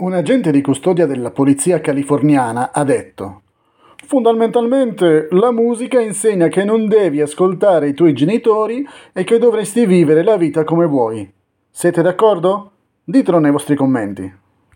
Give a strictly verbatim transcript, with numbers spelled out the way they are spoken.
Un agente di custodia della polizia californiana ha detto: fondamentalmente la musica insegna che non devi ascoltare i tuoi genitori e che dovresti vivere la vita come vuoi. Siete d'accordo? Ditelo nei vostri commenti.